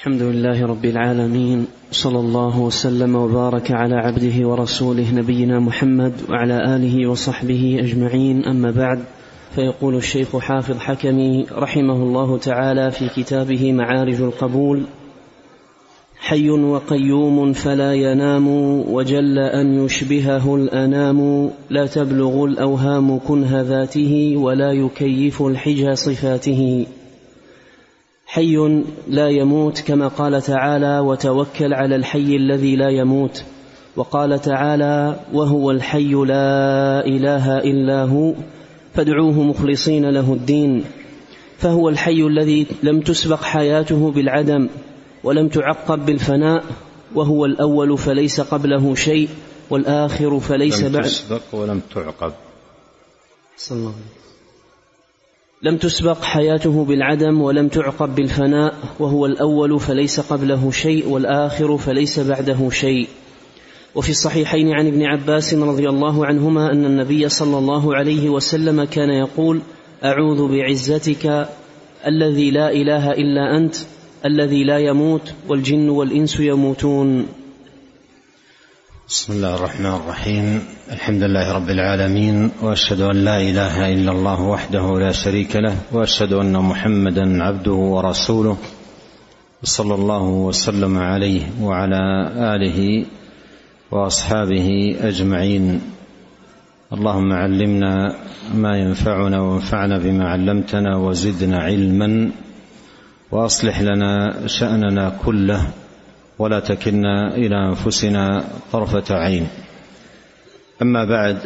الحمد لله رب العالمين، صلى الله وسلم وبارك على عبده ورسوله نبينا محمد وعلى آله وصحبه أجمعين، أما بعد. فيقول الشيخ حافظ حكمي رحمه الله تعالى في كتابه معارج القبول: حي وقيوم فلا ينام، وجل أن يشبهه الأنام، لا تبلغ الأوهام كنه ذاته، ولا يكيف الحجى صفاته. حي لا يموت، كما قال تعالى: وتوكل على الحي الذي لا يموت. وقال تعالى: وهو الحي لا إله إلا هو فادعوه مخلصين له الدين. فهو الحي الذي لم تسبق حياته بالعدم ولم تعقب بالفناء، وهو الأول فليس قبله شيء، والآخر فليس بعد. لم تسبق ولم تعقب. صلى الله عليه وسلم. لم تسبق حياته بالعدم ولم تعقب بالفناء، وهو الأول فليس قبله شيء، والآخر فليس بعده شيء. وفي الصحيحين عن ابن عباس رضي الله عنهما أن النبي صلى الله عليه وسلم كان يقول: أعوذ بعزتك الذي لا إله إلا أنت الذي لا يموت والجن والإنس يموتون. بسم الله الرحمن الرحيم. الحمد لله رب العالمين، وأشهد أن لا إله إلا الله وحده لا شريك له، وأشهد أن محمدا عبده ورسوله، صلى الله وسلم عليه وعلى آله وأصحابه أجمعين. اللهم علمنا ما ينفعنا وانفعنا بما علمتنا، وزدنا علما، وأصلح لنا شأننا كله، ولا تكلنا إلى أنفسنا طرفة عين. أما بعد،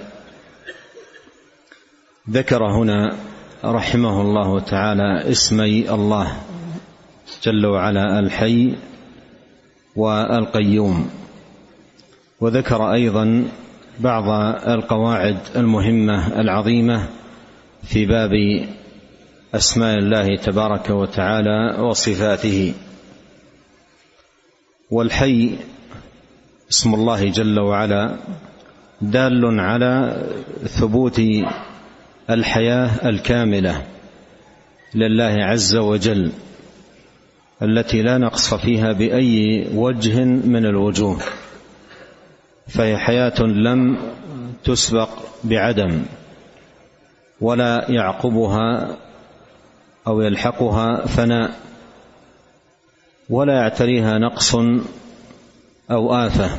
ذكر هنا رحمه الله تعالى اسمي الله جل وعلا الحي والقيوم، وذكر أيضا بعض القواعد المهمة العظيمة في باب أسماء الله تبارك وتعالى وصفاته. والحي اسم الله جل وعلا دال على ثبوت الحياة الكاملة لله عز وجل، التي لا نقص فيها بأي وجه من الوجوه، فهي حياة لم تسبق بعدم، ولا يعقبها أو يلحقها فناء، ولا يعتريها نقص أو آفة،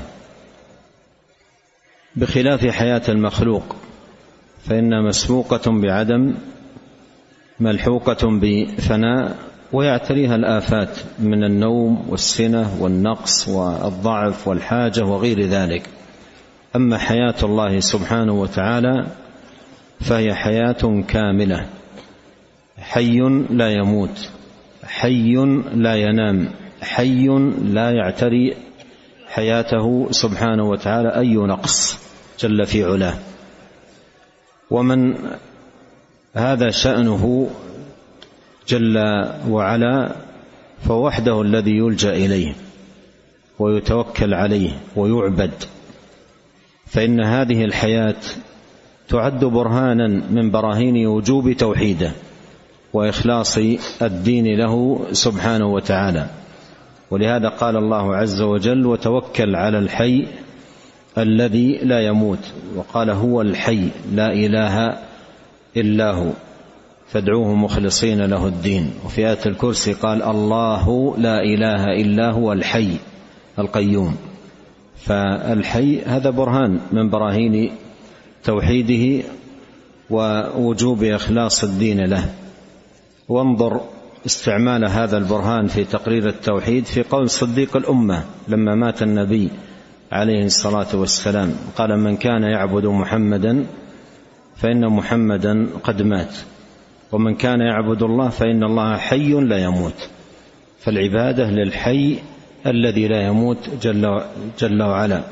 بخلاف حياة المخلوق، فإنها مسبوقة بعدم ملحوقة بفناء، ويعتريها الآفات من النوم والسنة والنقص والضعف والحاجة وغير ذلك. أما حياة الله سبحانه وتعالى فهي حياة كاملة، حي لا يموت، حي لا ينام، حي لا يعتري حياته سبحانه وتعالى أي نقص جل في علاه. ومن هذا شأنه جل وعلا فوحده الذي يلجأ إليه ويتوكل عليه ويعبد، فإن هذه الحياة تعد برهانا من براهين وجوب توحيده وإخلاص الدين له سبحانه وتعالى. ولهذا قال الله عز وجل: وتوكل على الحي الذي لا يموت. وقال: هو الحي لا إله إلا هو فادعوه مخلصين له الدين. وفي آية الكرسي قال: الله لا إله إلا هو الحي القيوم. فالحي هذا برهان من براهين توحيده ووجوب إخلاص الدين له. وانظر استعمال هذا البرهان في تقرير التوحيد في قول صديق الأمة لما مات النبي عليه الصلاة والسلام، قال: من كان يعبد محمدا فإن محمدا قد مات، ومن كان يعبد الله فإن الله حي لا يموت. فالعبادة للحي الذي لا يموت جل وعلا.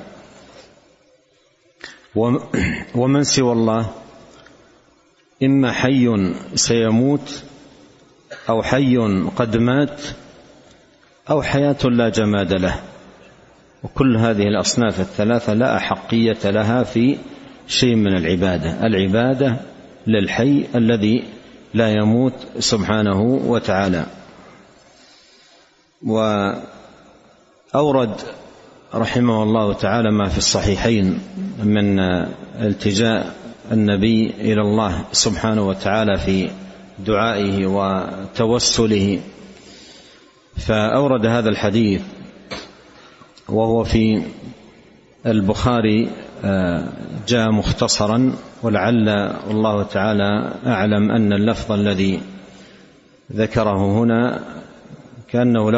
ومن سوى الله إما حي سيموت، أو حي قد مات، أو حياة لا جماد له. وكل هذه الأصناف الثلاثة لا أحقية لها في شيء من العبادة. العبادة للحي الذي لا يموت سبحانه وتعالى. وأورد رحمه الله تعالى ما في الصحيحين من التجاء النبي إلى الله سبحانه وتعالى في دعائه وتوسله، فأورد هذا الحديث وهو في البخاري، جاء مختصرا، ولعل الله تعالى أعلم أن اللفظ الذي ذكره هنا كأنه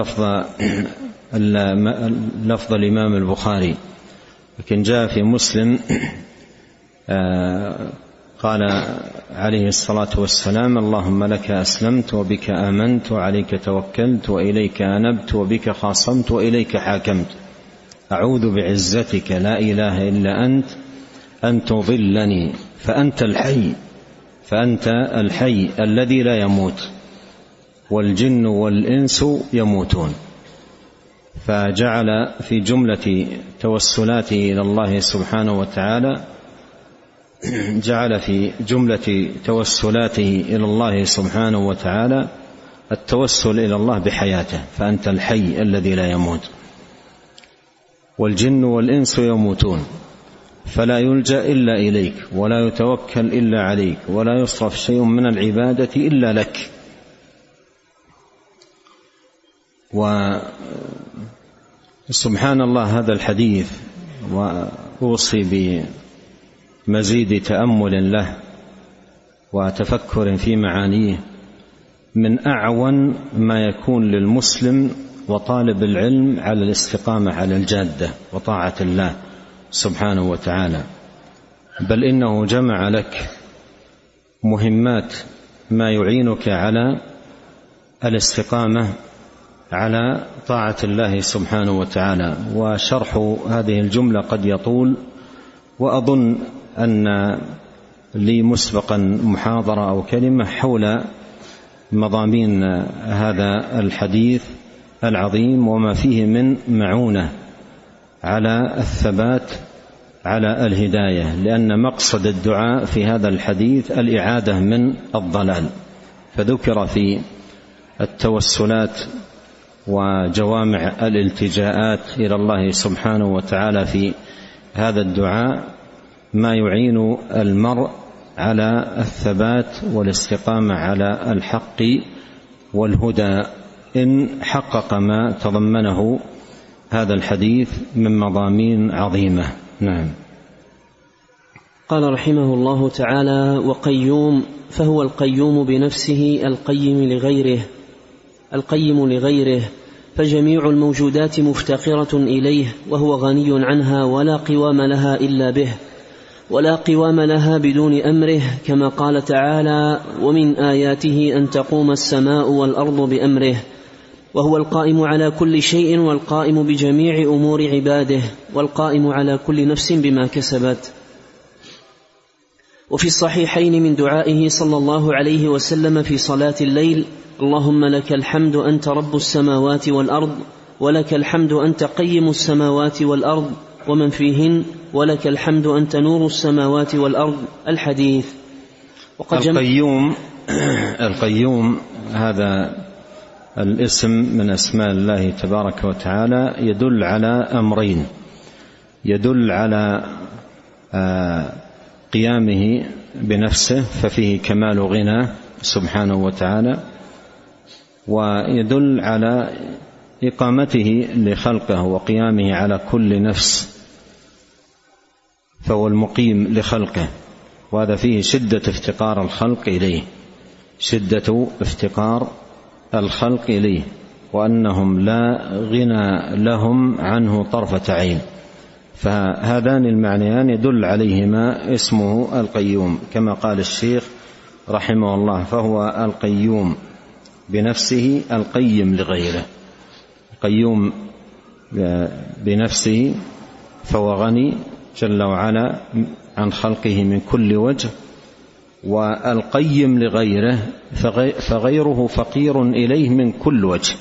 لفظ الإمام البخاري، لكن جاء في مسلم قال عليه الصلاة والسلام: اللهم لك أسلمت وبك آمنت وعليك توكلت وإليك أنبت وبك خاصمت وإليك حاكمت، أعوذ بعزتك لا إله إلا أنت أن تضلني فأنت الحي الذي لا يموت والجن والإنس يموتون. فجعل في جملة توسلاته إلى الله سبحانه وتعالى، التوسل إلى الله بحياته، فأنت الحي الذي لا يموت والجن والإنس يموتون، فلا يلجأ إلا إليك ولا يتوكل إلا عليك ولا يصرف شيء من العبادة إلا لك. وسبحان الله هذا الحديث، وأوصي بمزيد تأمل له وتفكر في معانيه، من أعون ما يكون للمسلم وطالب العلم على الاستقامة على الجادة وطاعة الله سبحانه وتعالى، بل إنه جمع لك مهمات ما يعينك على الاستقامة على طاعة الله سبحانه وتعالى. وشرح هذه الجملة قد يطول، وأظن أن لي مسبقا محاضرة أو كلمة حول مضامين هذا الحديث العظيم وما فيه من معونة على الثبات على الهداية، لأن مقصد الدعاء في هذا الحديث الإعادة من الضلال. فذكر في التوسلات وجوامع الالتجاءات إلى الله سبحانه وتعالى في هذا الدعاء ما يعين المرء على الثبات والاستقامة على الحق والهدى إن حقق ما تضمنه هذا الحديث من مضامين عظيمة. نعم. قال رحمه الله تعالى: وقيوم، فهو القيوم بنفسه القيم لغيره، فجميع الموجودات مفتقرة إليه، وهو غني عنها ولا قوام لها إلا به، ولا قوام لها بدون أمره، كما قال تعالى: ومن آياته أن تقوم السماء والأرض بأمره، وهو القائم على كل شيء والقائم بجميع أمور عباده، والقائم على كل نفس بما كسبت. وفي الصحيحين من دعائه صلى الله عليه وسلم في صلاة الليل: اللهم لك الحمد أنت رب السماوات والأرض، ولك الحمد أنت قيم السماوات والأرض ومن فيهن، ولك الحمد أنت نور السماوات والأرض. الحديث. القيوم هذا الاسم من أسماء الله تبارك وتعالى يدل على أمرين: يدل على قيامه بنفسه ففيه كمال غنى سبحانه وتعالى، ويدل على إقامته لخلقه وقيامه على كل نفس، فهو المقيم لخلقه، وهذا فيه شدة افتقار الخلق إليه، وأنهم لا غنى لهم عنه طرفة عين. فهذان المعنيان يدل عليهما اسمه القيوم، كما قال الشيخ رحمه الله: فهو القيوم بنفسه القيم لغيره. القيوم بنفسه فهو غني جل وعلا عن خلقه من كل وجه، والقيم لغيره فغيره فقير إليه من كل وجه،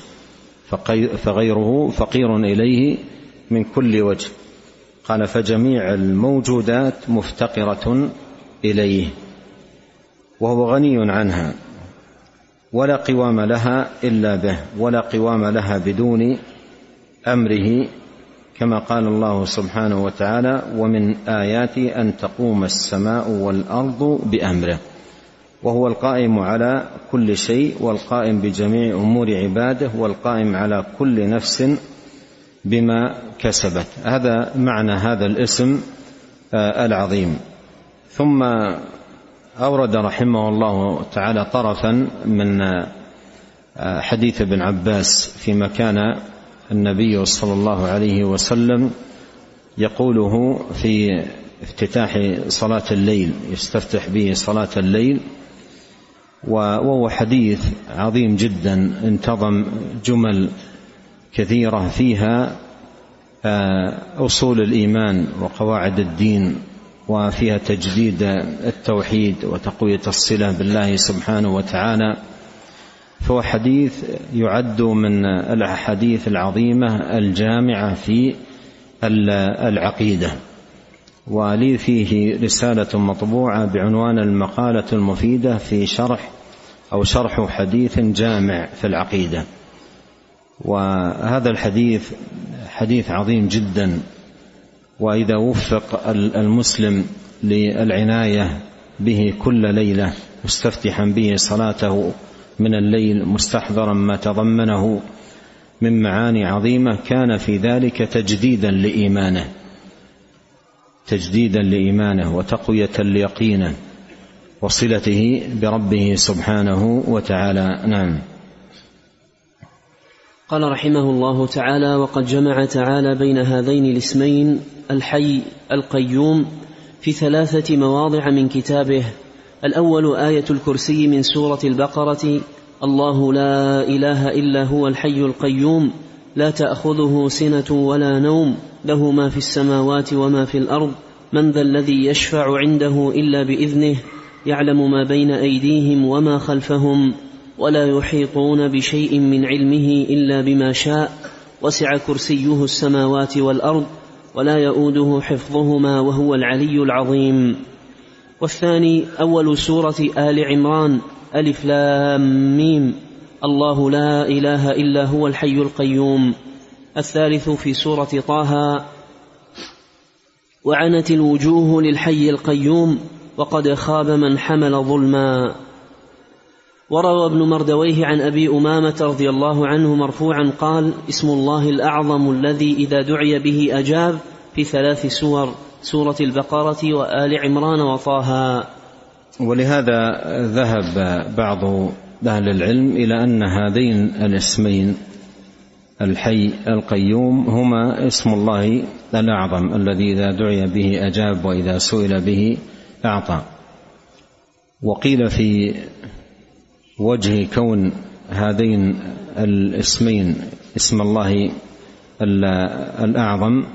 قال: فجميع الموجودات مفتقرة إليه وهو غني عنها. ولا قوام لها إلا به، ولا قوام لها بدون أمره، كما قال الله سبحانه وتعالى: ومن آياته أن تقوم السماء والأرض بأمره، وهو القائم على كل شيء، والقائم بجميع أمور عباده، والقائم على كل نفس بما كسبت. هذا معنى هذا الاسم العظيم. ثم أورد رحمه الله تعالى طرفا من حديث ابن عباس فيما كان النبي صلى الله عليه وسلم يقوله في افتتاح صلاة الليل، يستفتح به صلاة الليل، وهو حديث عظيم جدا انتظم جمل كثيرة فيها أصول الإيمان وقواعد الدين، وفيها تجديد التوحيد وتقوية الصلة بالله سبحانه وتعالى. فهو حديث يعد من الأحاديث العظيمة الجامعة في العقيدة. ولي فيه رسالة مطبوعة بعنوان المقالة المفيدة في شرح حديث جامع في العقيدة. وهذا الحديث حديث عظيم جدا، وإذا وفق المسلم للعناية به كل ليلة مستفتحا به صلاته من الليل مستحضرا ما تضمنه من معاني عظيمة، كان في ذلك تجديدا لإيمانه وتقوية ليقينه وصلته بربه سبحانه وتعالى. نعم. قال رحمه الله تعالى: وقد جمع تعالى بين هذين الاسمين الحي القيوم في 3 مواضع من كتابه. الأول آية الكرسي من سورة البقرة: الله لا إله إلا هو الحي القيوم لا تأخذه سنة ولا نوم له ما في السماوات وما في الأرض من ذا الذي يشفع عنده إلا بإذنه يعلم ما بين أيديهم وما خلفهم ولا يحيطون بشيء من علمه إلا بما شاء وسع كرسيه السماوات والأرض ولا يؤوده حفظهما وهو العلي العظيم. والثاني أول سورة آل عمران: ألف لام ميم الله لا إله إلا هو الحي القيوم. الثالث في سورة طه: وعنت الوجوه للحي القيوم وقد خاب من حمل ظلما. وروى ابن مردويه عن أبي أمامة رضي الله عنه مرفوعا قال: اسم الله الأعظم الذي إذا دعي به أجاب، في 3 سور: سورة البقرة وآل عمران وطه. ولهذا ذهب بعض أهل العلم إلى أن هذين الاسمين الحي القيوم هما اسم الله الأعظم الذي إذا دعي به أجاب وإذا سئل به أعطى. وقيل في وجه كون هذين الاسمين اسم الله الأعظم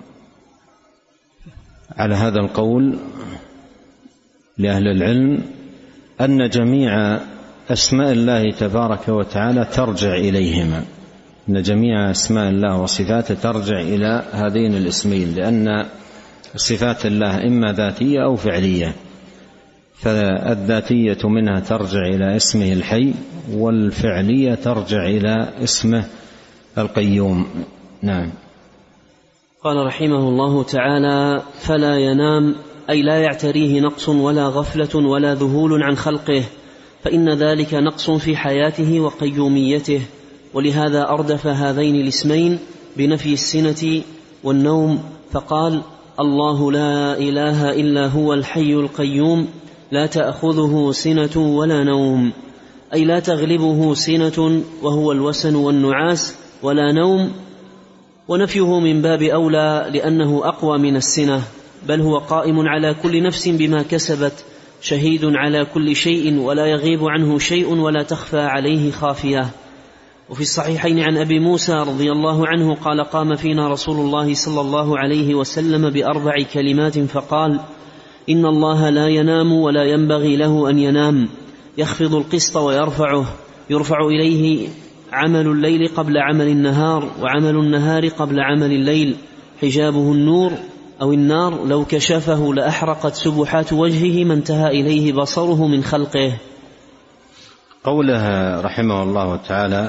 على هذا القول لأهل العلم أن جميع أسماء الله تبارك وتعالى ترجع إليهما، أن جميع أسماء الله وصفاته ترجع إلى هذين الاسمين، لأن صفات الله إما ذاتية أو فعلية، فالذاتية منها ترجع إلى اسمه الحي، والفعلية ترجع إلى اسمه القيوم. نعم. قال رحمه الله تعالى: فلا ينام، أي لا يعتريه نقص ولا غفلة ولا ذهول عن خلقه، فإن ذلك نقص في حياته وقيوميته. ولهذا أردف هذين الاسمين بنفي السنة والنوم، فقال: الله لا إله إلا هو الحي القيوم لا تأخذه سنة ولا نوم، أي لا تغلبه سنة وهو الوسن والنعاس ولا نوم. ونفيه من باب أولى لأنه أقوى من السنة، بل هو قائم على كل نفس بما كسبت، شهيد على كل شيء ولا يغيب عنه شيء ولا تخفى عليه خافية. وفي الصحيحين عن أبي موسى رضي الله عنه قال: قام فينا رسول الله صلى الله عليه وسلم ب4 كلمات فقال: إن الله لا ينام ولا ينبغي له أن ينام، يخفض القسط ويرفعه، يرفع إليه عمل الليل قبل عمل النهار، وعمل النهار قبل عمل الليل، حجابه النور أو النار، لو كشفه لأحرقت سبحات وجهه ما انتهى إليه بصره من خلقه. قوله رحمه الله تعالى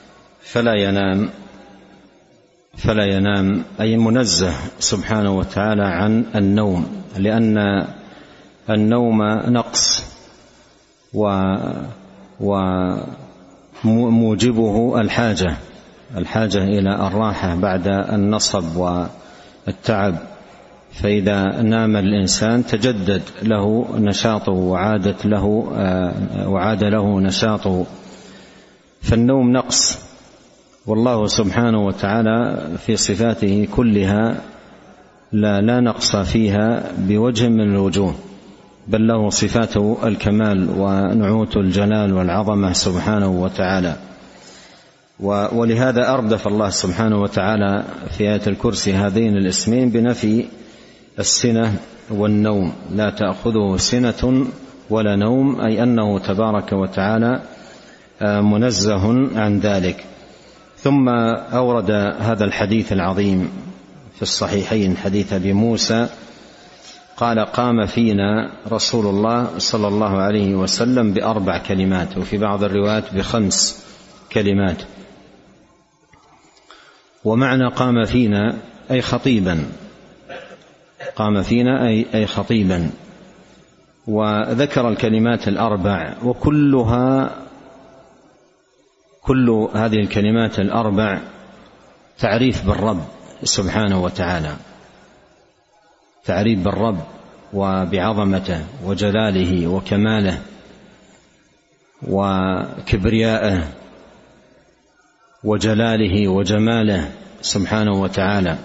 فلا ينام أي منزه سبحانه وتعالى عن النوم، لأن النوم نقص وموجبه الحاجة إلى الراحة بعد النصب والتعب، فإذا نام الإنسان تجدد له نشاطه وعاد له نشاطه، فالنوم نقص، والله سبحانه وتعالى في صفاته كلها لا نقص فيها بوجه من الوجوه، بل له صفات الكمال ونعوت الجلال والعظمة سبحانه وتعالى. ولهذا أردف الله سبحانه وتعالى في آية الكرسي هذين الاسمين بنفي السنة والنوم، لا تأخذه سنة ولا نوم، أي أنه تبارك وتعالى منزه عن ذلك. ثم أورد هذا الحديث العظيم في الصحيحين، حديث أبي موسى قال: قام فينا رسول الله صلى الله عليه وسلم ب4 كلمات، وفي بعض الروايات ب5 كلمات. ومعنى قام فينا أي خطيبا، قام فينا أي خطيبا. وذكر الكلمات 4، كل هذه الكلمات 4 تعريف بالرب سبحانه وتعالى، تعريف بالرب وبعظمته وجلاله وكماله وكبريائه وجلاله وجماله سبحانه وتعالى،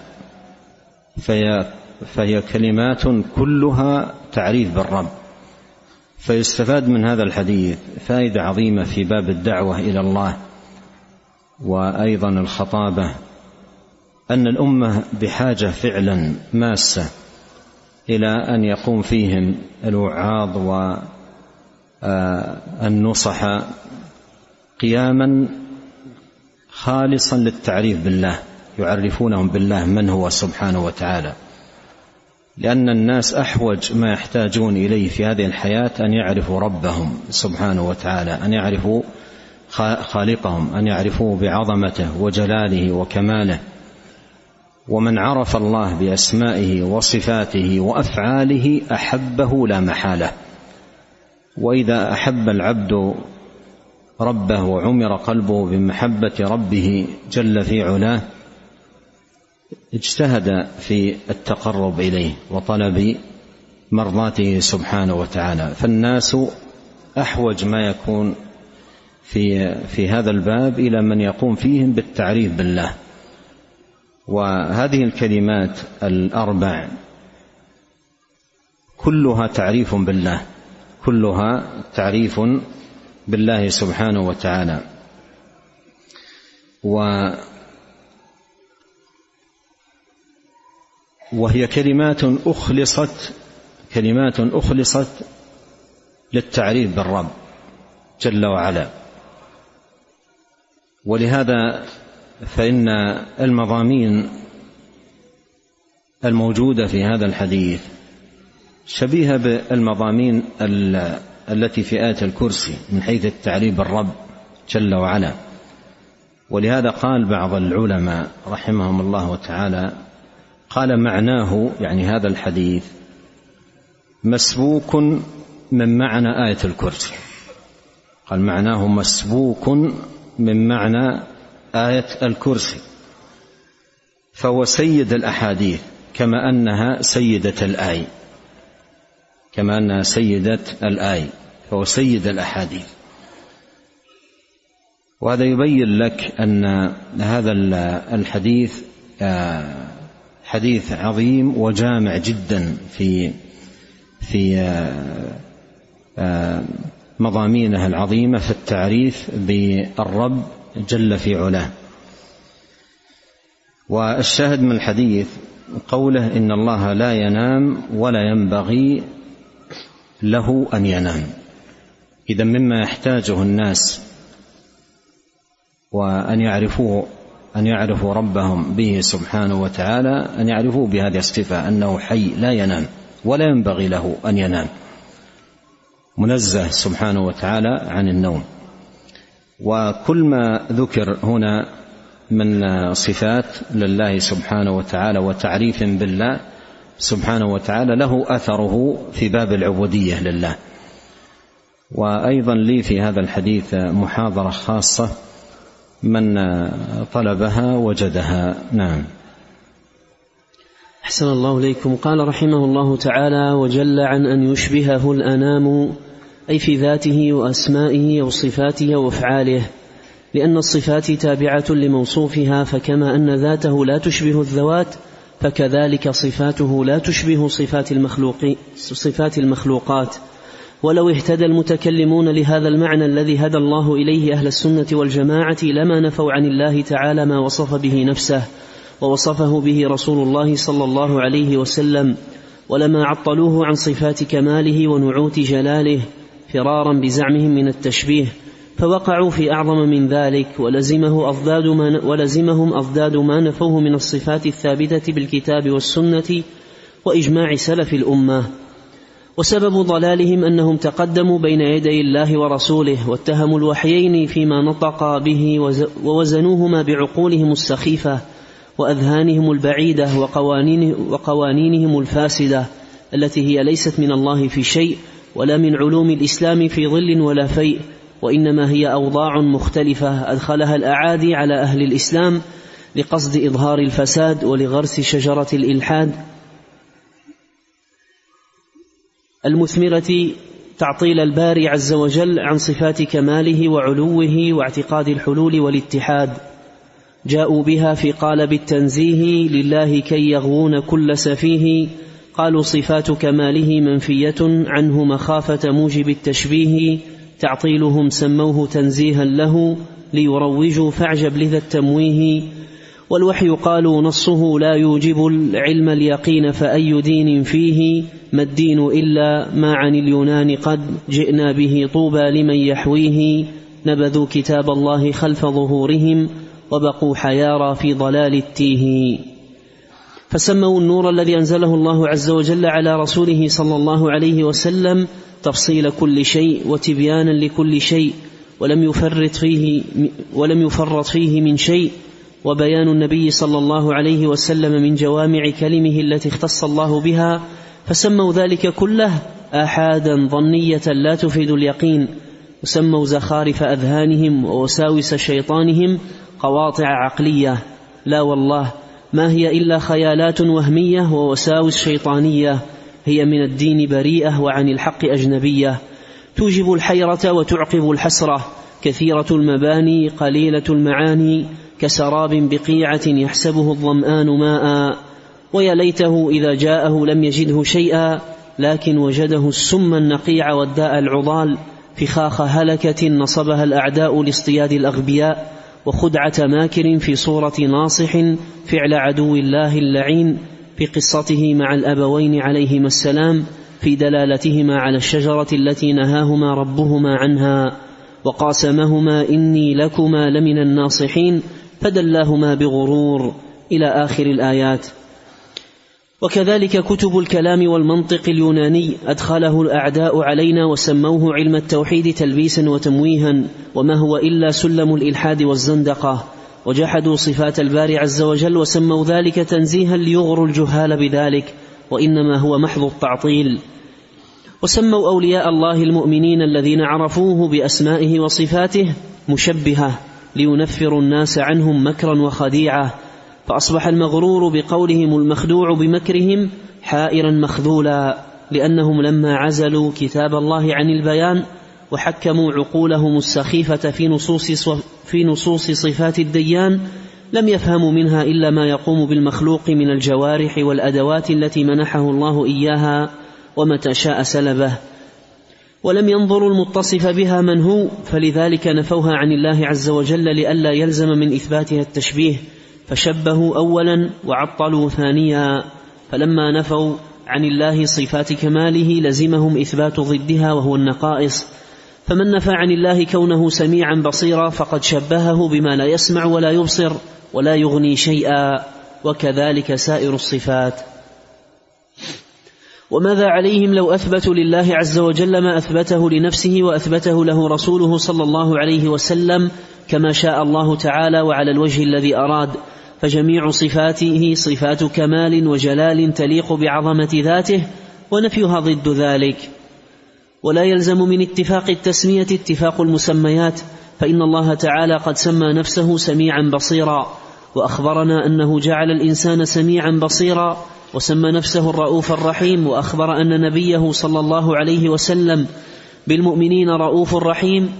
فهي كلمات كلها تعريف بالرب. فيستفاد من هذا الحديث فائدة عظيمة في باب الدعوة إلى الله، وأيضا الخطابة، أن الأمة بحاجة فعلا ماسة إلى أن يقوم فيهم الوعاظ والنصح قياما خالصا للتعريف بالله، يعرفونهم بالله من هو سبحانه وتعالى، لأن الناس أحوج ما يحتاجون إليه في هذه الحياة أن يعرفوا ربهم سبحانه وتعالى، أن يعرفوا خالقهم، أن يعرفوا بعظمته وجلاله وكماله. ومن عرف الله بأسمائه وصفاته وأفعاله أحبه لا محالة. وإذا أحب العبد ربه وعمر قلبه بمحبة ربه جل في علاه اجتهد في التقرب إليه وطلب مرضاته سبحانه وتعالى. فالناس أحوج ما يكون في هذا الباب إلى من يقوم فيهم بالتعريف بالله. وهذه الكلمات 4 كلها تعريف بالله، كلها تعريف بالله سبحانه وتعالى. وهي كلمات أخلصت للتعريف بالرب جل وعلا. ولهذا فإن المضامين الموجودة في هذا الحديث شبيهة بالمضامين التي في آية الكرسي من حيث التعريف بالرب جل وعلا. ولهذا قال بعض العلماء رحمهم الله تعالى، قال معناه يعني هذا الحديث مسبوك من معنى آية الكرسي، قال معناه مسبوك من معنى آية الكرسي، فهو سيد الأحاديث كما أنها سيدة الآية، كما أنها سيدة الآية، فهو سيد الأحاديث. وهذا يبين لك أن هذا الحديث حديث عظيم وجامع جدا في مضامينه العظيمة في التعريف بالرب جل في علاه. والشاهد من الحديث قوله إن الله لا ينام ولا ينبغي له أن ينام. إذا مما يحتاجه الناس وأن يعرفوا ربهم به سبحانه وتعالى أن يعرفوا بهذه الصفة أنه حي لا ينام ولا ينبغي له أن ينام، منزه سبحانه وتعالى عن النوم. وكل ما ذكر هنا من صفات لله سبحانه وتعالى وتعريف بالله سبحانه وتعالى له أثره في باب العبودية لله. وأيضا لي في هذا الحديث محاضرة خاصة من طلبها وجدها. نعم. أحسن الله إليكم. قال رحمه الله تعالى: وجل عن أن يشبهه الأنام، أي في ذاته وأسمائه وصفاته وأفعاله، لأن الصفات تابعة لموصوفها، فكما أن ذاته لا تشبه الذوات فكذلك صفاته لا تشبه صفات المخلوقات. ولو اهتدى المتكلمون لهذا المعنى الذي هدى الله إليه أهل السنة والجماعة لما نفوا عن الله تعالى ما وصف به نفسه ووصفه به رسول الله صلى الله عليه وسلم، ولما عطلوه عن صفات كماله ونعوت جلاله فرارا بزعمهم من التشبيه، فوقعوا في أعظم من ذلك، ولزمهم أضداد ما نفوه من الصفات الثابتة بالكتاب والسنة وإجماع سلف الأمة. وسبب ضلالهم أنهم تقدموا بين يدي الله ورسوله واتهموا الوحيين فيما نطق به ووزنوهما بعقولهم السخيفة وأذهانهم البعيدة وقوانينهم الفاسدة التي هي ليست من الله في شيء ولا من علوم الإسلام في ظل ولا فيء، وإنما هي أوضاع مختلفة أدخلها الأعادي على أهل الإسلام لقصد إظهار الفساد ولغرس شجرة الإلحاد المثمرة تعطيل الباري عز وجل عن صفات كماله وعلوه واعتقاد الحلول والاتحاد. جاءوا بها في قالب التنزيه لله كي يغوون كل سفيه، قالوا صفات كماله منفية عنه مخافة موجب التشبيه، تعطيلهم سموه تنزيها له ليروجوا فاعجب لذا التمويه. والوحي قالوا نصه لا يوجب العلم اليقين، فأي دين فيه ما الدين إلا ما عن اليونان قد جئنا به، طوبى لمن يحويه. نبذوا كتاب الله خلف ظهورهم وبقوا حيارى في ضلال التيه. فسموا النور الذي أنزله الله عز وجل على رسوله صلى الله عليه وسلم تفصيل كل شيء وتبيانا لكل شيء، ولم يفرط فيه من شيء، وبيان النبي صلى الله عليه وسلم من جوامع كلمه التي اختص الله بها، فسموا ذلك كله آحادا ظنية لا تفيد اليقين، وسموا زخارف أذهانهم ووساوس شيطانهم قواطع عقلية. لا والله، ما هي إلا خيالات وهمية ووساوس شيطانية، هي من الدين بريئة وعن الحق أجنبية، توجب الحيرة وتعقب الحسرة، كثيرة المباني قليلة المعاني، كسراب بقيعة يحسبه الظمآن ماء، ويا ليته إذا جاءه لم يجده شيئا، لكن وجده السم النقيع والداء العضال، فخاخ هلكة نصبها الأعداء لاصطياد الأغبياء، وخدعة ماكر في صورة ناصح، فعل عدو الله اللعين، في قصته مع الأبوين عليهما السلام، في دلالتهما على الشجرة التي نهاهما ربهما عنها، وقاسمهما إني لكما لمن الناصحين، فدلاهما بغرور، إلى آخر الآيات. وكذلك كتب الكلام والمنطق اليوناني أدخله الأعداء علينا وسموه علم التوحيد تلبيسا وتمويها، وما هو إلا سلم الإلحاد والزندقة، وجحدوا صفات الباري عز وجل وسموا ذلك تنزيها ليغروا الجهال بذلك، وإنما هو محض التعطيل. وسموا أولياء الله المؤمنين الذين عرفوه بأسمائه وصفاته مشبهة لينفروا الناس عنهم مكرا وخديعة، فأصبح المغرور بقولهم المخدوع بمكرهم حائرا مخذولا، لأنهم لما عزلوا كتاب الله عن البيان وحكموا عقولهم السخيفة في نصوص صفات الديان لم يفهموا منها إلا ما يقوم بالمخلوق من الجوارح والأدوات التي منحه الله إياها ومتى شاء سلبه، ولم ينظروا المتصف بها من هو، فلذلك نفوها عن الله عز وجل لئلا يلزم من إثباتها التشبيه، فشبهوا أولا وعطلوا ثانيا، فلما نفوا عن الله صفات كماله لزمهم إثبات ضدها وهو النقائص، فمن نفى عن الله كونه سميعا بصيرا فقد شبهه بما لا يسمع ولا يبصر ولا يغني شيئا، وكذلك سائر الصفات. وماذا عليهم لو أثبتوا لله عز وجل ما أثبته لنفسه وأثبته له رسوله صلى الله عليه وسلم كما شاء الله تعالى وعلى الوجه الذي أراد، فجميع صفاته صفات كمال وجلال تليق بعظمة ذاته، ونفيها ضد ذلك. ولا يلزم من اتفاق التسمية اتفاق المسميات، فإن الله تعالى قد سمى نفسه سميعا بصيرا، وأخبرنا أنه جعل الإنسان سميعا بصيرا، وسمى نفسه الرؤوف الرحيم، وأخبر أن نبيه صلى الله عليه وسلم بالمؤمنين رؤوف رحيم،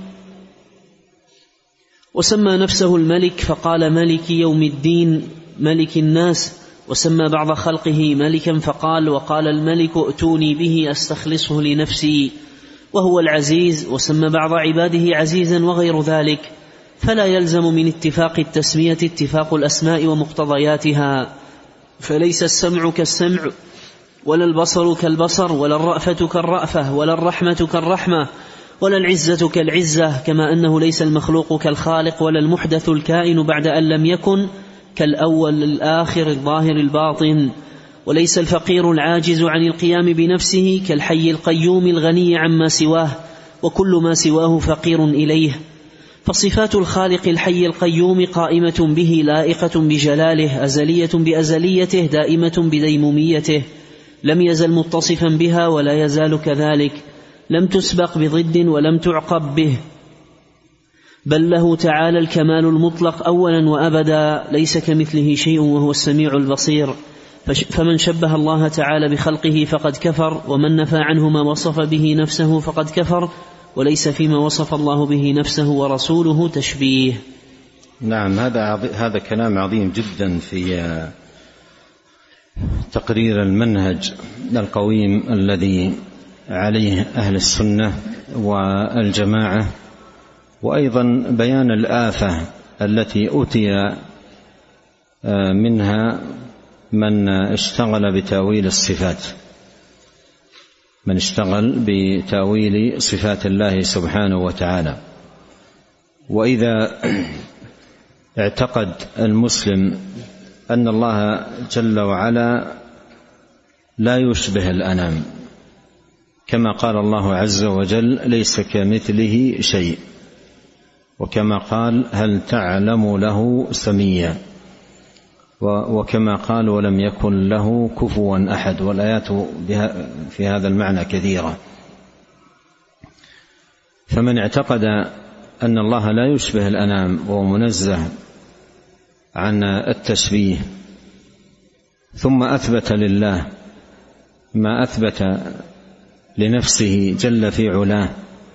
وسمى نفسه الملك فقال ملك يوم الدين ملك الناس، وسمى بعض خلقه ملكا فقال وقال الملك ائتوني به أستخلصه لنفسي، وهو العزيز، وسمى بعض عباده عزيزا وغير ذلك. فلا يلزم من اتفاق التسمية اتفاق الأسماء ومقتضياتها، فليس السمع كالسمع، ولا البصر كالبصر، ولا الرأفة كالرأفة، ولا الرحمة كالرحمة، ولا العزة كالعزة، كما أنه ليس المخلوق كالخالق، ولا المحدث الكائن بعد أن لم يكن كالأول الآخر الظاهر الباطن، وليس الفقير العاجز عن القيام بنفسه كالحي القيوم الغني عما سواه، وكل ما سواه فقير إليه. فصفات الخالق الحي القيوم قائمة به لائقة بجلاله، أزلية بأزليته، دائمة بديموميته، لم يزل متصفا بها ولا يزال كذلك، لم تسبق بضد ولم تعقب به، بل له تعالى الكمال المطلق أولا وأبدا، ليس كمثله شيء وهو السميع البصير. فمن شبه الله تعالى بخلقه فقد كفر، ومن نفى عنه ما وصف به نفسه فقد كفر، وليس فيما وصف الله به نفسه ورسوله تشبيه. نعم، هذا كلام عظيم جدا في تقرير المنهج القويم الذي عليه أهل السنة والجماعة، وأيضا بيان الآفة التي أتي منها من اشتغل بتاويل الصفات، من اشتغل بتاويل صفات الله سبحانه وتعالى. وإذا اعتقد المسلم أن الله جل وعلا لا يشبه الأنام، كما قال الله عز وجل ليس كمثله شيء، وكما قال هل تعلم له سميا، وكما قال ولم يكن له كفوا أحد، والآيات في هذا المعنى كثيرة. فمن اعتقد أن الله لا يشبه الأنام وهو منزه عن التشبيه، ثم أثبت لله ما أثبت لنفسه جل في علاه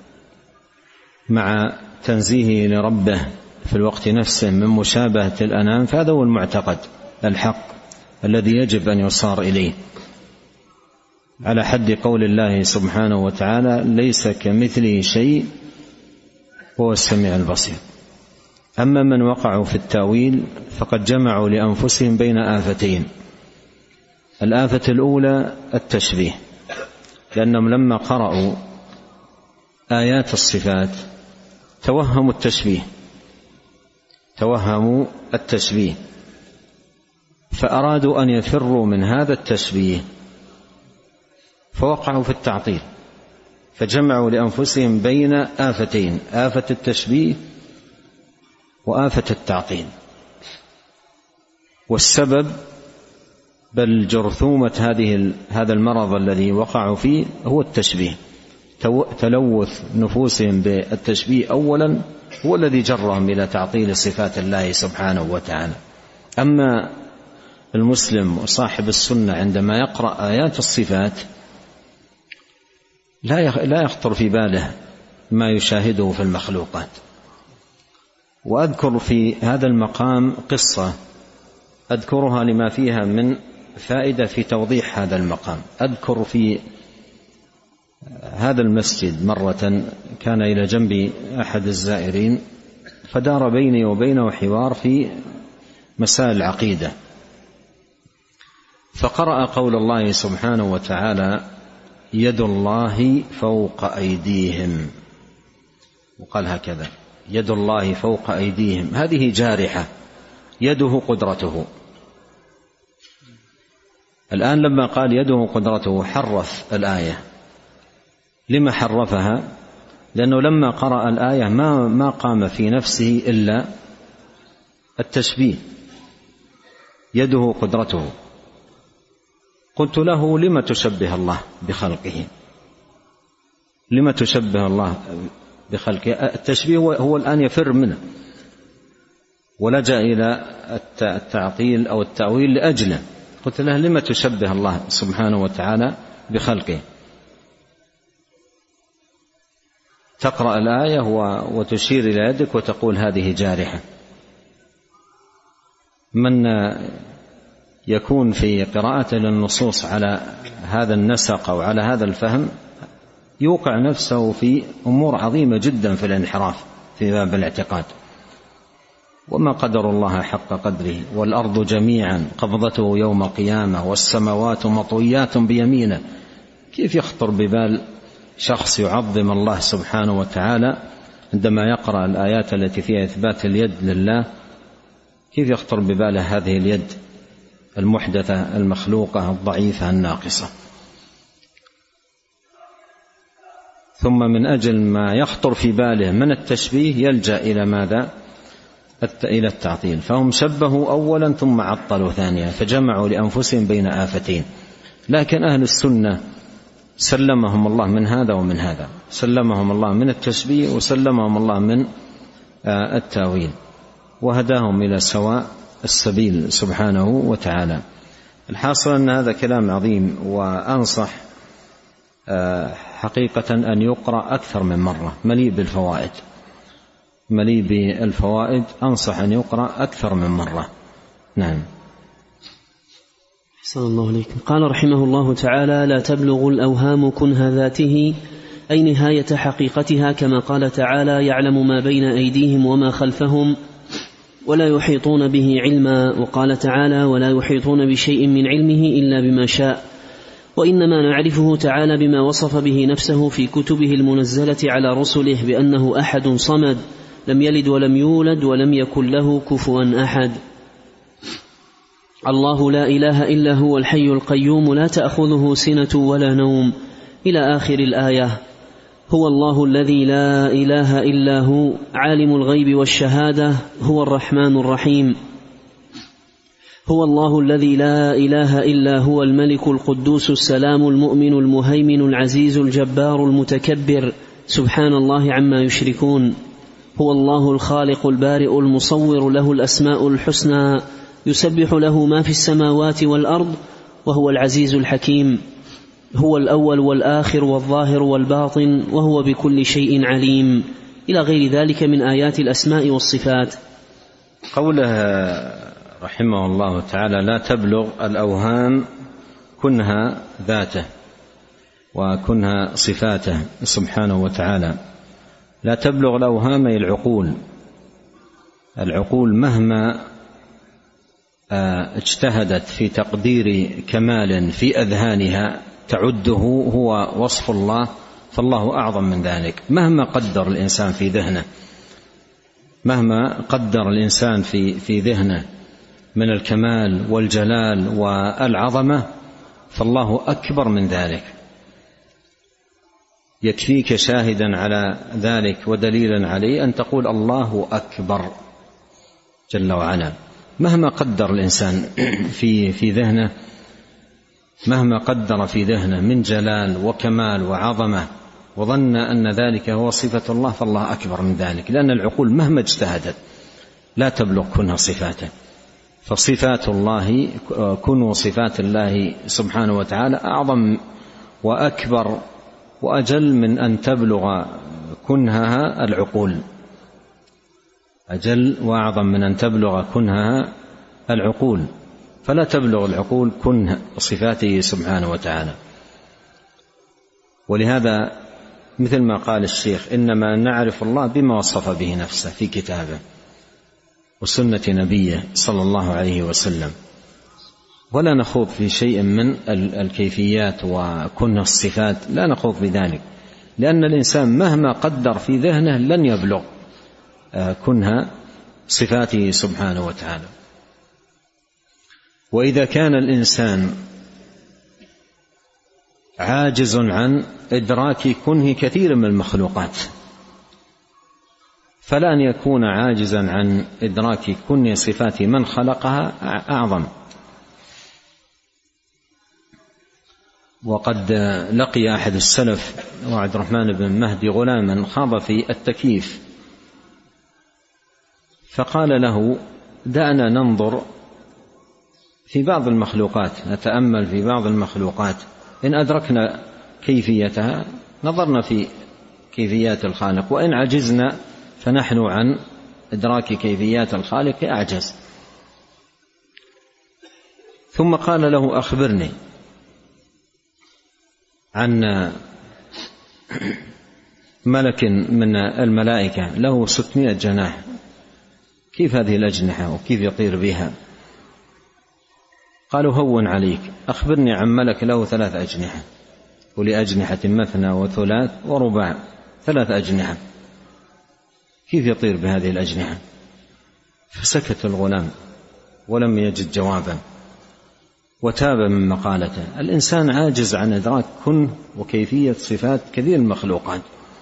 مع تنزيهه لربه في الوقت نفسه من مشابهة الأنام، فهذا هو المعتقد الحق الذي يجب أن يصار إليه، على حد قول الله سبحانه وتعالى ليس كمثله شيء وهو السميع البصير. أما من وقعوا في التاويل فقد جمعوا لأنفسهم بين آفتين. الآفة الأولى التشبيه، لأنهم لما قرأوا آيات الصفات توهموا التشبيه، فأرادوا أن يفروا من هذا التشبيه فوقعوا في التعطيل، فجمعوا لأنفسهم بين آفتين، آفة التشبيه وآفة التعطيل. والسبب بل جرثومة هذا المرض الذي وقعوا فيه هو التشبيه، تلوث نفوسهم بالتشبيه أولا هو الذي جرهم إلى تعطيل صفات الله سبحانه وتعالى. أما المسلم وصاحب السنة عندما يقرأ آيات الصفات لا يخطر في باله ما يشاهده في المخلوقات. وأذكر في هذا المقام قصة أذكرها لما فيها من فائدة في توضيح هذا المقام. أذكر في هذا المسجد مرة كان إلى جنب أحد الزائرين، فدار بيني وبينه حوار في مسائل العقيدة، فقرأ قول الله سبحانه وتعالى يد الله فوق أيديهم، وقال هكذا يد الله فوق أيديهم، هذه جارحة، يده قدرته، الآن لما قال يده قدرته حرف الآية. لما حرفها؟ لأنه لما قرأ الآية ما قام في نفسه إلا التشبيه، يده قدرته. قلت له: لما تشبه الله بخلقه؟ لما تشبه الله بخلقه؟ التشبيه هو الآن يفر منه ولجأ إلى التعطيل أو التأويل لأجله. قلت له: لما تشبه الله سبحانه وتعالى بخلقه؟ تقرأ الآية وتشير إلى يدك وتقول هذه جارحة. من يكون في قراءة للنصوص على هذا النسق أو على هذا الفهم يوقع نفسه في أمور عظيمة جدا في الانحراف في باب الاعتقاد. وما قدر الله حق قدره، والأرض جميعا قبضته يوم القيامة والسماوات مطويات بيمينه. كيف يخطر ببال شخص يعظم الله سبحانه وتعالى عندما يقرأ الآيات التي فيها إثبات اليد لله؟ كيف يخطر بباله هذه اليد المحدثة المخلوقة الضعيفة الناقصة؟ ثم من أجل ما يخطر في باله من التشبيه يلجأ إلى ماذا؟ إلى التعطيل. فهم شبهوا أولا ثم عطلوا ثانيا، فجمعوا لأنفسهم بين آفتين. لكن أهل السنة سلمهم الله من هذا ومن هذا، سلمهم الله من التشبيه وسلمهم الله من التأويل، وهداهم إلى سواء السبيل سبحانه وتعالى. الحاصل أن هذا كلام عظيم، وأنصح حقيقة أن يقرأ أكثر من مرة، مليء بالفوائد، مليء بالفوائد، أنصح أن يقرأ أكثر من مرة. نعم. أحسن الله عليكم. قال رحمه الله تعالى: لا تبلغ الأوهام كنه ذاته، أي نهاية حقيقتها، كما قال تعالى: يعلم ما بين أيديهم وما خلفهم ولا يحيطون به علما. وقال تعالى: ولا يحيطون بشيء من علمه إلا بما شاء. وإنما نعرفه تعالى بما وصف به نفسه في كتبه المنزلة على رسله بأنه أحد صمد لم يلد ولم يولد ولم يكن له كفوا أحد. الله لا إله إلا هو الحي القيوم لا تأخذه سنة ولا نوم، إلى آخر الآية. هو الله الذي لا إله إلا هو عالم الغيب والشهادة، هو الرحمن الرحيم. هو الله الذي لا إله إلا هو الملك القدوس السلام المؤمن المهيمن العزيز الجبار المتكبر، سبحان الله عما يشركون. هو الله الخالق البارئ المصور، له الأسماء الحسنى، يسبح له ما في السماوات والأرض، وهو العزيز الحكيم. هو الأول والآخر والظاهر والباطن، وهو بكل شيء عليم، إلى غير ذلك من آيات الأسماء والصفات. قوله رحمه الله تعالى: لا تبلغ الأوهام كنها ذاته وكنها صفاته سبحانه وتعالى. لا تبلغ الأوهام أي العقول مهما اجتهدت في تقدير كمال في أذهانها تعده هو وصف الله، فالله أعظم من ذلك. مهما قدر الإنسان في ذهنه، مهما قدر الإنسان في ذهنه من الكمال والجلال والعظمة، فالله أكبر من ذلك. يكفيك شاهدا على ذلك ودليلا عليه أن تقول الله أكبر جل وعلا. مهما قدر الإنسان في ذهنه، مهما قدر في ذهنه من جلال وكمال وعظمة وظن أن ذلك هو صفة الله، فالله أكبر من ذلك، لأن العقول مهما اجتهدت لا تبلغ كنها صفاته. فصفات الله كن صفات الله سبحانه وتعالى أعظم وأكبر وأجل من أن تبلغ كنهها العقول، أجل وأعظم من أن تبلغ كنهها العقول. فلا تبلغ العقول كنه صفاته سبحانه وتعالى. ولهذا مثل ما قال الشيخ: إنما نعرف الله بما وصف به نفسه في كتابه وسنة نبيه صلى الله عليه وسلم، ولا نخوض في شيء من الكيفيات وكنه الصفات، لا نخوض في ذلك، لأن الإنسان مهما قدر في ذهنه لن يبلغ كنه صفاته سبحانه وتعالى. وإذا كان الإنسان عاجز عن إدراك كنه كثير من المخلوقات، فلأن يكون عاجزا عن إدراك كنه صفات من خلقها أعظم. وقد لقي أحد السلف وعبد الرحمن بن مهدي غلاما خاض في التكييف، فقال له: دعنا ننظر في بعض المخلوقات، نتأمل في بعض المخلوقات، إن أدركنا كيفيتها نظرنا في كيفيات الخالق، وإن عجزنا فنحن عن إدراك كيفيات الخالق أعجز. ثم قال له: أخبرني عن ملك من الملائكة له 600 جناح، كيف هذه الأجنحة وكيف يطير بها؟ قالوا: هون عليك، أخبرني عن ملك له 3 أجنحة، ولأجنحة مثنى وثلاث ورباع، 3 أجنحة، كيف يطير بهذه الأجنحة؟ فسكت الغلام ولم يجد جوابا، وتاب من مقالته. الإنسان عاجز عن إدراك كنه وكيفية صفات كثير من المخلوقات.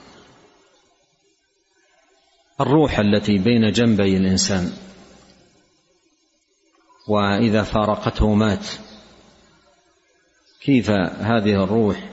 الروح التي بين جنبي الإنسان وإذا فارقته مات، كيف هذه الروح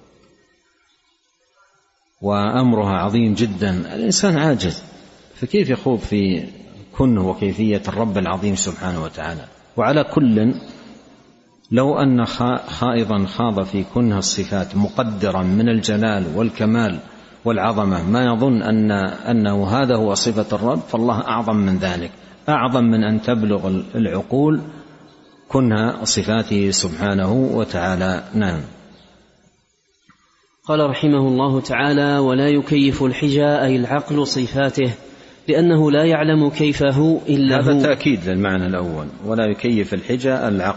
وأمرها عظيم جدا، الإنسان عاجز، فكيف يخوض في كنه وكيفية الرب العظيم سبحانه وتعالى؟ وعلى كل، لو أن خائضا خاض في كنه الصفات مقدرا من الجلال والكمال والعظمة ما يظن أنه هذا هو صفة الرب، فالله أعظم من ذلك، أعظم من أن تبلغ العقول كنها صفاته سبحانه وتعالى. نعم. قال رحمه الله تعالى: ولا يكيف الحجى أي العقل صفاته، لأنه لا يعلم كيفه إلا هو. هذا تأكيد للمعنى الأول، ولا يكيف الحجى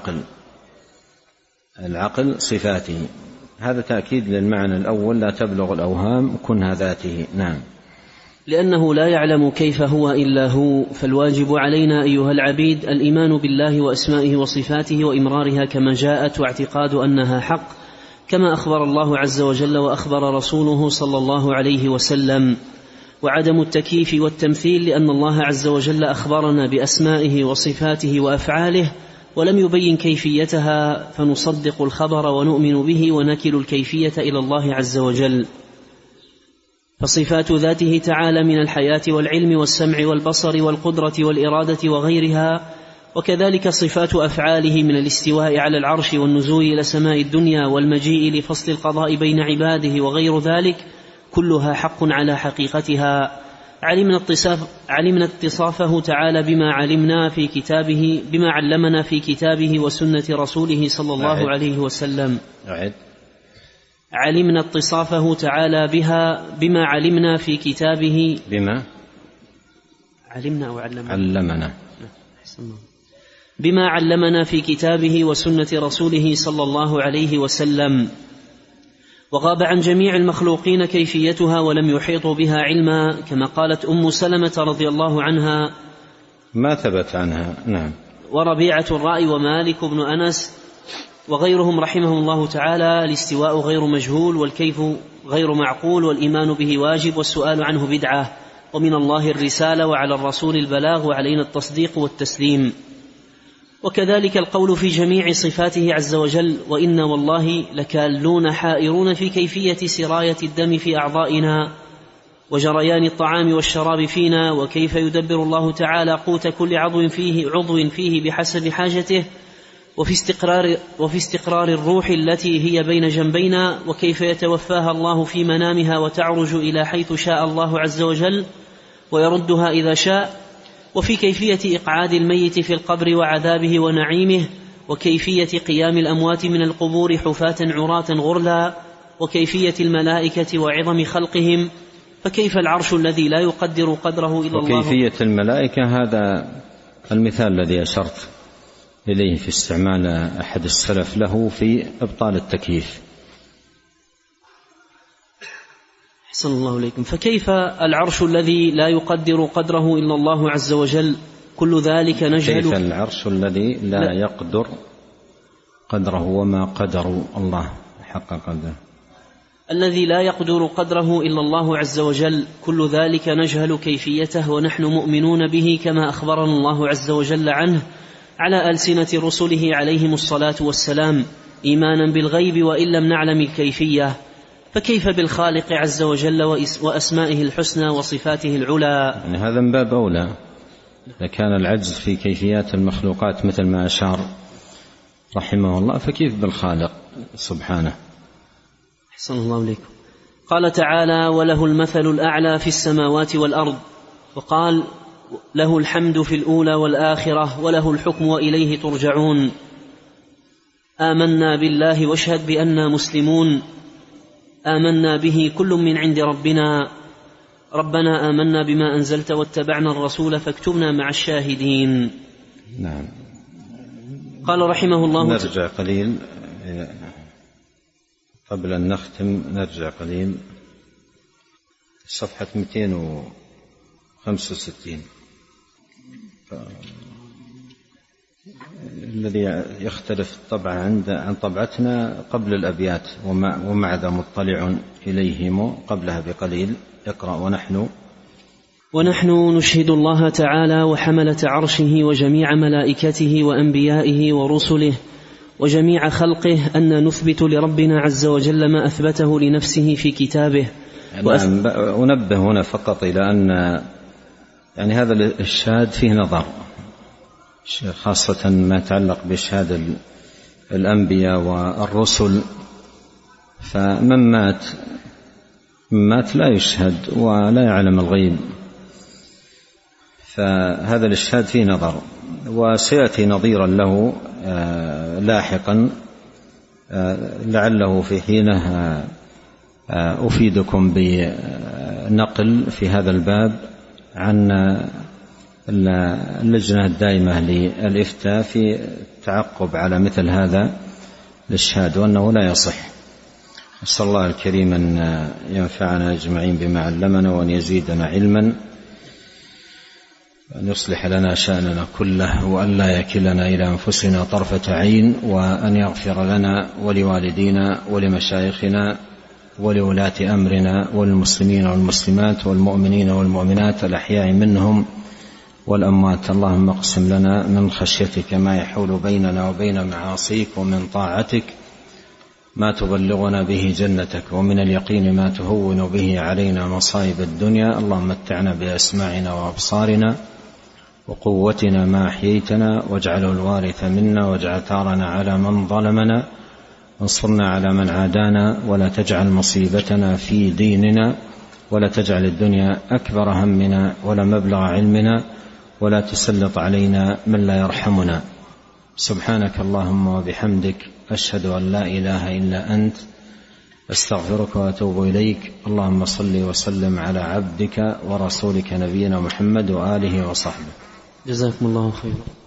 العقل صفاته، هذا تأكيد للمعنى الأول، لا تبلغ الأوهام كنها ذاته. نعم. لأنه لا يعلم كيف هو إلا هو، فالواجب علينا أيها العبيد الإيمان بالله وأسمائه وصفاته وإمرارها كما جاءت، واعتقاد أنها حق كما أخبر الله عز وجل وأخبر رسوله صلى الله عليه وسلم، وعدم التكييف والتمثيل، لأن الله عز وجل أخبرنا بأسمائه وصفاته وأفعاله ولم يبين كيفيتها، فنصدق الخبر ونؤمن به ونكل الكيفية إلى الله عز وجل. فصفات ذاته تعالى من الحياة والعلم والسمع والبصر والقدرة والإرادة وغيرها، وكذلك صفات أفعاله من الاستواء على العرش والنزول إلى سماء الدنيا والمجيء لفصل القضاء بين عباده وغير ذلك، كلها حق على حقيقتها. علمنا اتصافه تعالى بما علمنا في كتابه وسنة رسوله صلى الله عليه وسلم. علمنا اتصافه تعالى بما علمنا في كتابه. بما علمنا في كتابه وسنة رسوله صلى الله عليه وسلم، وغاب عن جميع المخلوقين كيفيتها ولم يحيطوا بها علما، كما قالت أم سلمة رضي الله عنها ما ثبت عنها. نعم. وربيعة الرأي ومالك بن أنس وغيرهم رحمهم الله تعالى: الاستواء غير مجهول، والكيف غير معقول، والإيمان به واجب، والسؤال عنه بدعة، ومن الله الرسالة، وعلى الرسول البلاغ، وعلينا التصديق والتسليم. وكذلك القول في جميع صفاته عز وجل: وإنا والله لكالون حائرون في كيفية سراية الدم في أعضائنا وجريان الطعام والشراب فينا، وكيف يدبر الله تعالى قوت كل عضو فيه بحسب حاجته، وفي استقرار الروح التي هي بين جنبينا، وكيف يتوفاها الله في منامها وتعرج إلى حيث شاء الله عز وجل ويردها إذا شاء، وفي كيفية إقعاد الميت في القبر وعذابه ونعيمه، وكيفية قيام الأموات من القبور حفاة عراة غرلا، وكيفية الملائكة وعظم خلقهم، فكيف العرش الذي لا يقدر قدره إلا الله. وكيفية الملائكة هذا المثال الذي أشرت إليه في استعمال أحد السلف له في إبطال التكييف. أحسن الله إليكم. فكيف العرش الذي لا يقدر قدره إلا الله عز وجل؟ كل ذلك نجهل. كيف العرش الذي لا يقدر قدره وما قدر الله؟ حق قدره. الذي لا يقدر قدره إلا الله عز وجل، كل ذلك نجهل كيفيته ونحن مؤمنون به كما أخبرنا الله عز وجل عنه على ألسنة رسله عليهم الصلاة والسلام، إيمانا بالغيب وإن لم نعلم الكيفية، فكيف بالخالق عز وجل وأسمائه الحسنى وصفاته العلى؟ يعني هذا من باب أولى. إذا كان العجز في كيفيات المخلوقات مثل ما أشار رحمه الله، فكيف بالخالق سبحانه؟ أحسن الله إليكم. قال تعالى: وله المثل الأعلى في السماوات والأرض، وقال: له الحمد في الأولى والآخرة وله الحكم وإليه ترجعون. آمنا بالله واشهد بأننا مسلمون، آمنا به كل من عند ربنا، ربنا آمنا بما أنزلت واتبعنا الرسول فاكتبنا مع الشاهدين. نعم. قال رحمه الله نرجع قليل قبل أن نختم، نرجع قليل صفحة 265. الذي يختلف طبعا عن طبعتنا قبل الأبيات، ومع ذا مطلع إليهم قبلها بقليل. اقرأ. ونحن نشهد الله تعالى وحملة عرشه وجميع ملائكته وأنبيائه ورسله وجميع خلقه أن نثبت لربنا عز وجل ما أثبته لنفسه في كتابه. نعم. أنبه هنا فقط إلى أن يعني هذا الإشهاد فيه نظر، خاصة ما يتعلق بإشهاد الأنبياء والرسل، فمن مات لا يشهد ولا يعلم الغيب، فهذا الإشهاد فيه نظر، وسيأتي نظيرا له لاحقا لعله في حينه أفيدكم بنقل في هذا الباب عن اللجنة الدائمة للإفتاء في التعقب على مثل هذا الإشهاد، وأنه لا يصح. أسأل الله الكريم أن ينفعنا أجمعين بما علمنا، وأن يزيدنا علما، وأن يصلح لنا شأننا كله، وأن لا يكلنا إلى أنفسنا طرفة عين، وأن يغفر لنا ولوالدينا ولمشايخنا ولولاة أمرنا والمسلمين والمسلمات والمؤمنين والمؤمنات الأحياء منهم والأموات. اللهم اقسم لنا من خشيتك ما يحول بيننا وبين معاصيك، ومن طاعتك ما تبلغنا به جنتك، ومن اليقين ما تهون به علينا مصائب الدنيا. اللهم متعنا بأسماعنا وأبصارنا وقوتنا ما أحييتنا، واجعله الوارث منا، واجعل ثارنا على من ظلمنا، وانصرنا على من عادانا، ولا تجعل مصيبتنا في ديننا، ولا تجعل الدنيا أكبر همنا ولا مبلغ علمنا، ولا تسلط علينا من لا يرحمنا. سبحانك اللهم وبحمدك، أشهد أن لا إله إلا أنت، أستغفرك وأتوب إليك. اللهم صل وسلم على عبدك ورسولك نبينا محمد وآله وصحبه. جزاكم الله خيرا.